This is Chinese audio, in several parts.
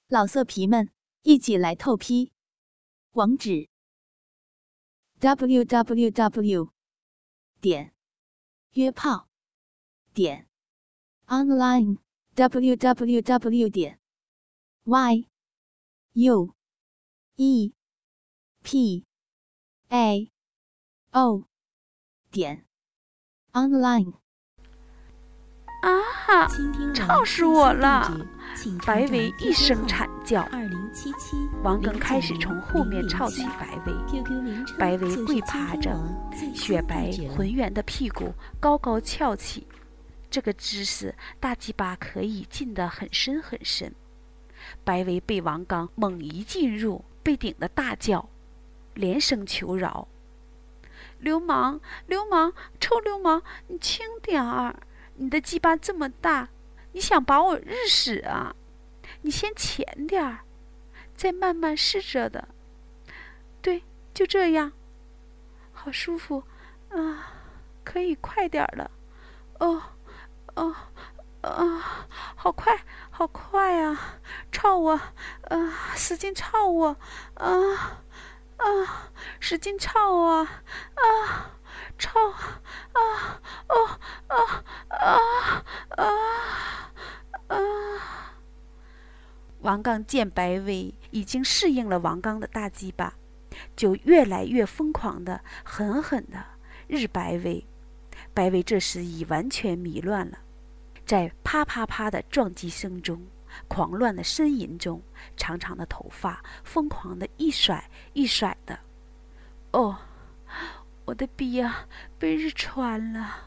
老色皮们，一起来透批！网址 www.约炮online www.yuepao.online。 啊哈！吵死我了！白薇一声惨叫，王庚开始从后面抄起白薇。白薇跪趴着，雪白浑圆的屁股高高翘起，这个姿势大鸡巴可以进得很深很深。白薇被王刚猛一进入，被顶得大叫，连声求饶：“流氓，流氓，臭流氓，你轻点儿！你的鸡巴这么大，你想把我日死啊？你先浅点儿，再慢慢试着的。对，就这样，好舒服啊！可以快点了。好快，好快啊！操我，使劲操我，使劲操啊！操！王刚见白薇已经适应了王刚的大鸡巴，就越来越疯狂的、狠狠的日白薇。白薇这时已完全迷乱了，在啪啪啪的撞击声中，狂乱的呻吟中，长长的头发疯狂的一甩一甩的。我的逼呀，被日穿了！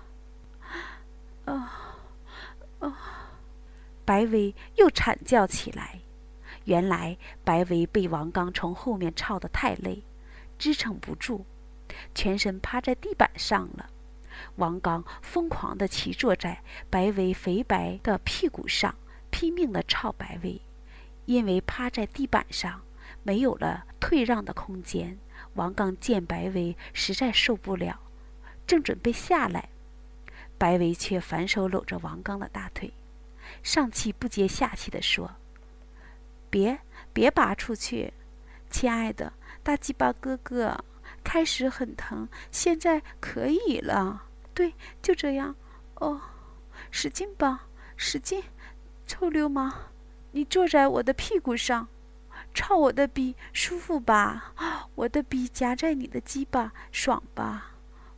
白薇又惨叫起来。原来白薇被王刚从后面操得太累，支撑不住，全身趴在地板上了。王刚疯狂地骑坐在白薇肥白的屁股上，拼命地操白薇。因为趴在地板上，没有了退让的空间，王刚见白薇实在受不了，正准备下来，白薇却反手搂着王刚的大腿，上气不接下气地说：“别拔出去，亲爱的大鸡巴哥哥，开始很疼，现在可以了。对，就这样。使劲吧，使劲！臭流氓，你坐在我的屁股上，操我的逼，舒服吧？我的逼夹在你的鸡巴，爽吧？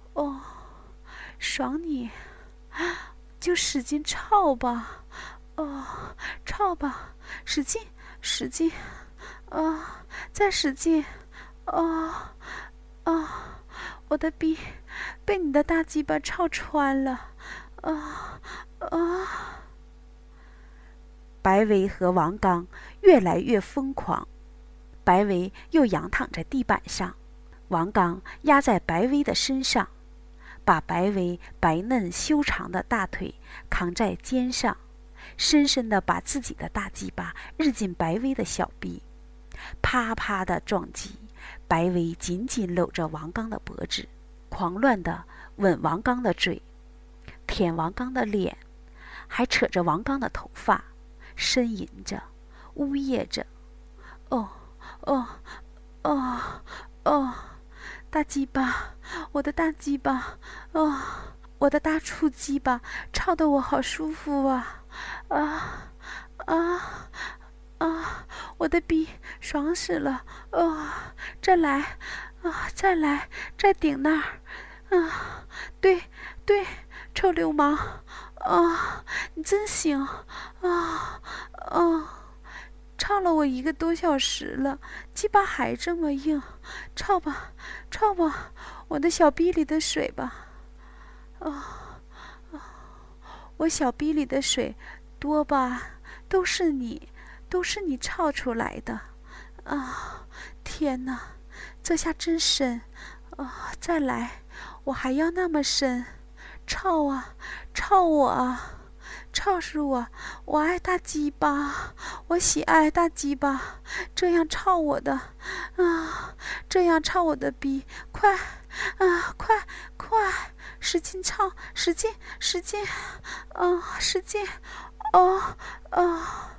爽你，就使劲操吧！操吧，使劲，使劲！再使劲！我的逼被你的大鸡巴操穿了！白薇和王刚越来越疯狂，白薇又仰躺在地板上，王刚压在白薇的身上，把白薇白嫩修长的大腿扛在肩上，深深地把自己的大鸡巴日进白薇的小臂，啪啪的撞击。白薇紧紧搂着王刚的脖子，狂乱地吻王刚的嘴，舔王刚的脸，还扯着王刚的头发，呻吟着，呜咽着：“大鸡巴，我的大鸡巴，我的大粗鸡巴，操得我好舒服啊！我的逼爽死了！再来，再来，再顶那儿！对，臭流氓！你真行！操了我1个多小时了，鸡巴还这么硬，操吧，操吧，我的小逼里的水吧！我小逼里的水多吧？都是你操出来的！天哪，这下真深！再来，我还要那么深！操啊，操我啊！操死我！我爱大鸡巴，我喜爱大鸡巴，这样操我的，这样操我的逼，快，快，使劲操，使劲，使劲，使劲，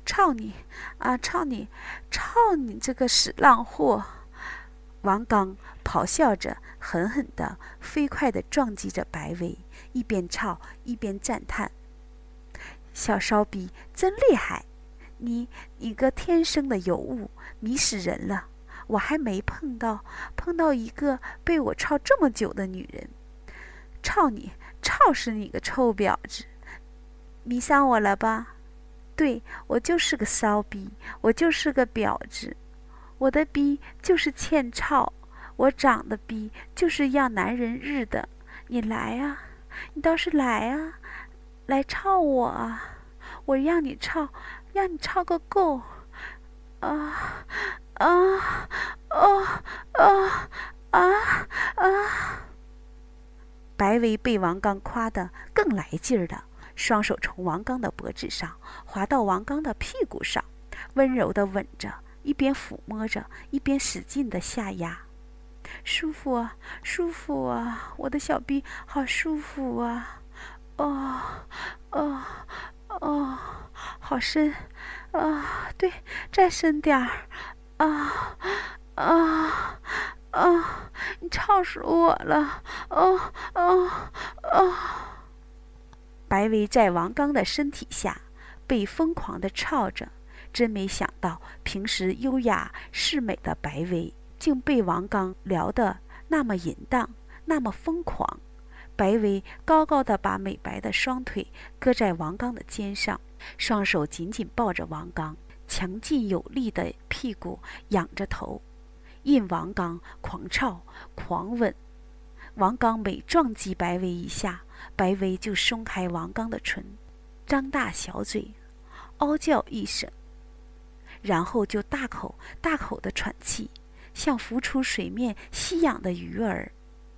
操你啊！操你！操你这个死浪货！王刚咆哮着，狠狠地、飞快地撞击着白薇，一边操一边赞叹：“小骚逼真厉害！你个天生的尤物，迷死人了！我还没碰到一个被我操这么久的女人。操你！操死你个臭婊子！迷上我了吧？对，我就是个骚逼，我就是个婊子。我的逼就是欠操，我长的逼就是让男人日的。你来啊，你倒是来啊，来操我啊！我让你操个够！啊啊啊啊啊啊！白薇被王刚夸得更来劲儿了，双手从王刚的脖子上滑到王刚的屁股上，温柔地吻着，一边抚摸着，一边使劲地下压。舒服啊，舒服啊，我的小臂好舒服啊！哦哦哦，好深啊！对，再深点儿啊啊啊！你操死我了！哦哦哦！白薇在王刚的身体下被疯狂地操着，真没想到平时优雅适美的白薇竟被王刚撩得那么淫荡，那么疯狂。白薇高高地把美白的双腿搁在王刚的肩上，双手紧紧抱着王刚强劲有力的屁股，仰着头，任王刚狂操狂吻。王刚每撞击白薇一下，白薇就松开王刚的唇，张大小嘴，嗷叫一声，然后就大口大口地喘气，像浮出水面吸氧的鱼儿。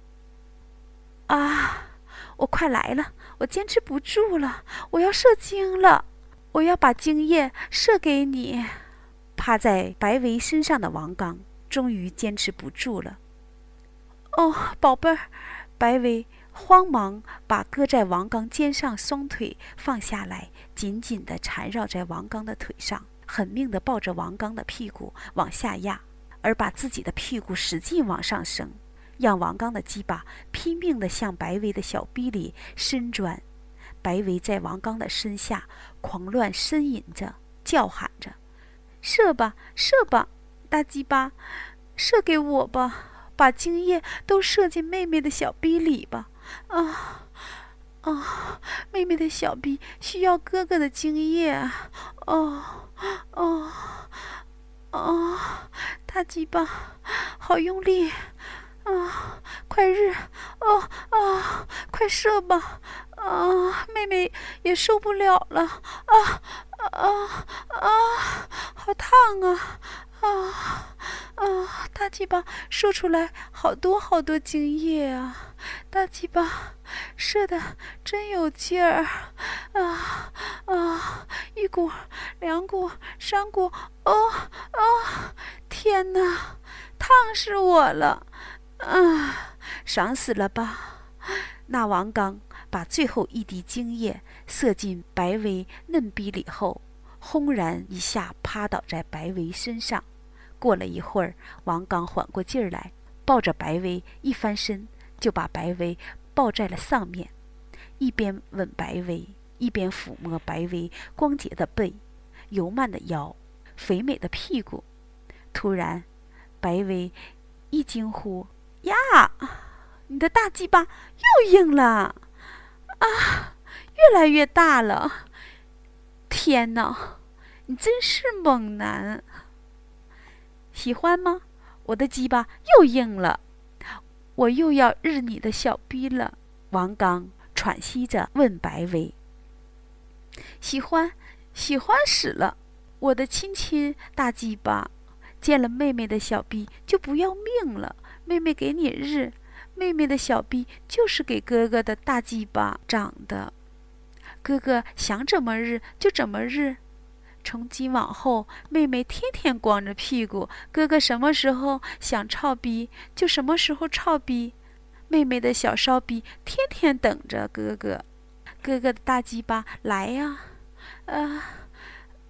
啊！我快来了，我坚持不住了，我要射精了，我要把精液射给你。趴在白薇身上的王刚终于坚持不住了。哦，宝贝儿！白薇慌忙把搁在王刚肩上双腿放下来，紧紧地缠绕在王刚的腿上，狠命地抱着王刚的屁股往下压，而把自己的屁股使劲往上升，让王刚的鸡巴拼命地向白薇的小逼里伸钻。白薇在王刚的身下狂乱呻吟着，叫喊着：“射吧，射吧，大鸡巴，射给我吧！把精液都射进妹妹的小逼里吧！啊啊，妹妹的小逼需要哥哥的精液啊！哦哦哦，大鸡巴，好用力！啊，快日！哦啊，快射吧！啊，妹妹也受不了了！啊啊啊，好烫啊！啊啊！大鸡巴射出来好多好多精液啊！大鸡巴射的真有劲儿！啊啊！一股、两股、三股！哦哦！天哪，烫死我了！啊，爽死了吧！那王刚把最后一滴精液射进白薇嫩逼里后，轰然一下趴倒在白薇身上。过了一会儿，王刚缓过劲儿来，抱着白薇一翻身，就把白薇抱在了上面，一边吻白薇，一边抚摸白薇光洁的背、油曼的腰、肥美的屁股。突然，白薇一惊呼：“呀，你的大鸡巴又硬了！啊，越来越大了！天哪，你真是猛男！喜欢吗？我的鸡巴又硬了，我又要日你的小逼了。”王刚喘息着问白薇：“喜欢，喜欢死了！我的亲亲大鸡巴，见了妹妹的小逼就不要命了。妹妹给你日，妹妹的小逼就是给哥哥的大鸡巴长的，哥哥想怎么日就怎么日。从今往后，妹妹天天光着屁股，哥哥什么时候想操逼就什么时候操逼。妹妹的小骚逼天天等着哥哥，哥哥的大鸡巴来呀！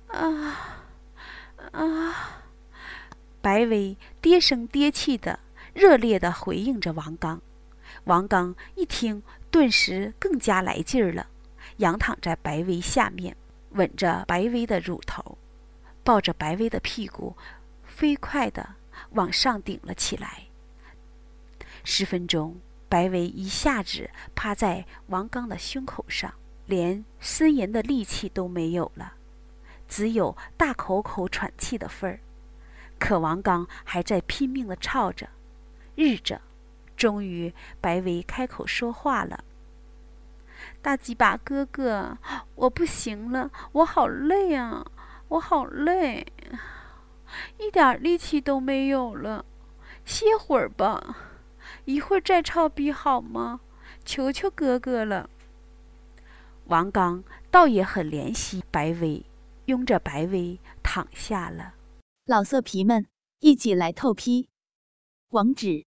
啊啊！白薇爹声爹气的热烈地回应着王刚。王刚一听，顿时更加来劲儿了，仰躺在白薇下面，吻着白薇的乳头，抱着白薇的屁股，飞快地往上顶了起来。10分钟，白薇一下子趴在王刚的胸口上，连呻吟的力气都没有了，只有大口口喘气的份儿。可王刚还在拼命地操着、日着。终于，白薇开口说话了：“大鸡巴哥哥，我不行了，我好累啊，我好累，一点力气都没有了，歇会儿吧，一会儿再操逼好吗？求求哥哥了。”王刚倒也很怜惜白薇，拥着白薇躺下了。 老色皮们，一起来透批！网址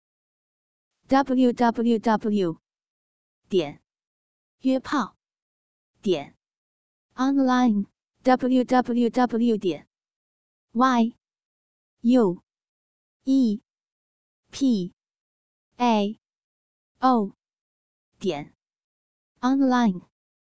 www.约炮.online www.yuepao.online